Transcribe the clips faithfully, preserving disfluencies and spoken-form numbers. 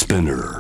Spinner。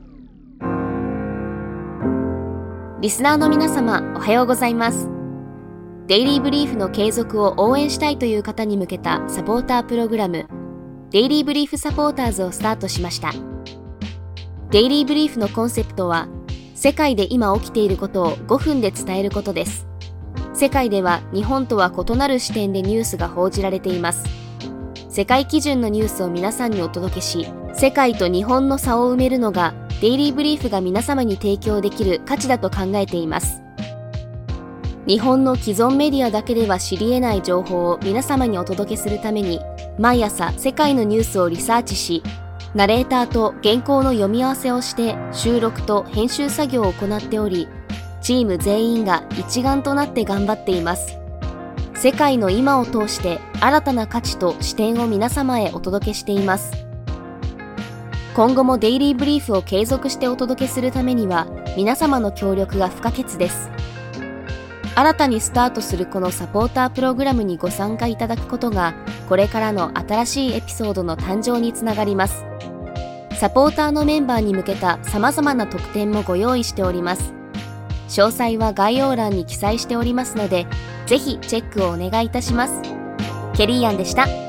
リスナーの皆様、おはようございます。デイリーブリーフの継続を応援したいという方に向けたサポータープログラム、デイリーブリーフサポーターズをスタートしました。デイリーブリーフのコンセプトは、世界で今起きていることをごふんで伝えることです。世界では日本とは異なる視点でニュースが報じられています。世界基準のニュースを皆さんにお届けし、世界と日本の差を埋めるのがデイリーブリーフが皆様に提供できる価値だと考えています。日本の既存メディアだけでは知り得ない情報を皆様にお届けするために、毎朝世界のニュースをリサーチし、ナレーターと原稿の読み合わせをして収録と編集作業を行っており、チーム全員が一丸となって頑張っています。世界の今を通して新たな価値と視点を皆様へお届けしています。今後もデイリーブリーフを継続してお届けするためには、皆様の協力が不可欠です。新たにスタートするこのサポータープログラムにご参加いただくことが、これからの新しいエピソードの誕生につながります。サポーターのメンバーに向けた様々な特典もご用意しております。詳細は概要欄に記載しておりますので、ぜひチェックをお願いいたします。ケリーアンでした。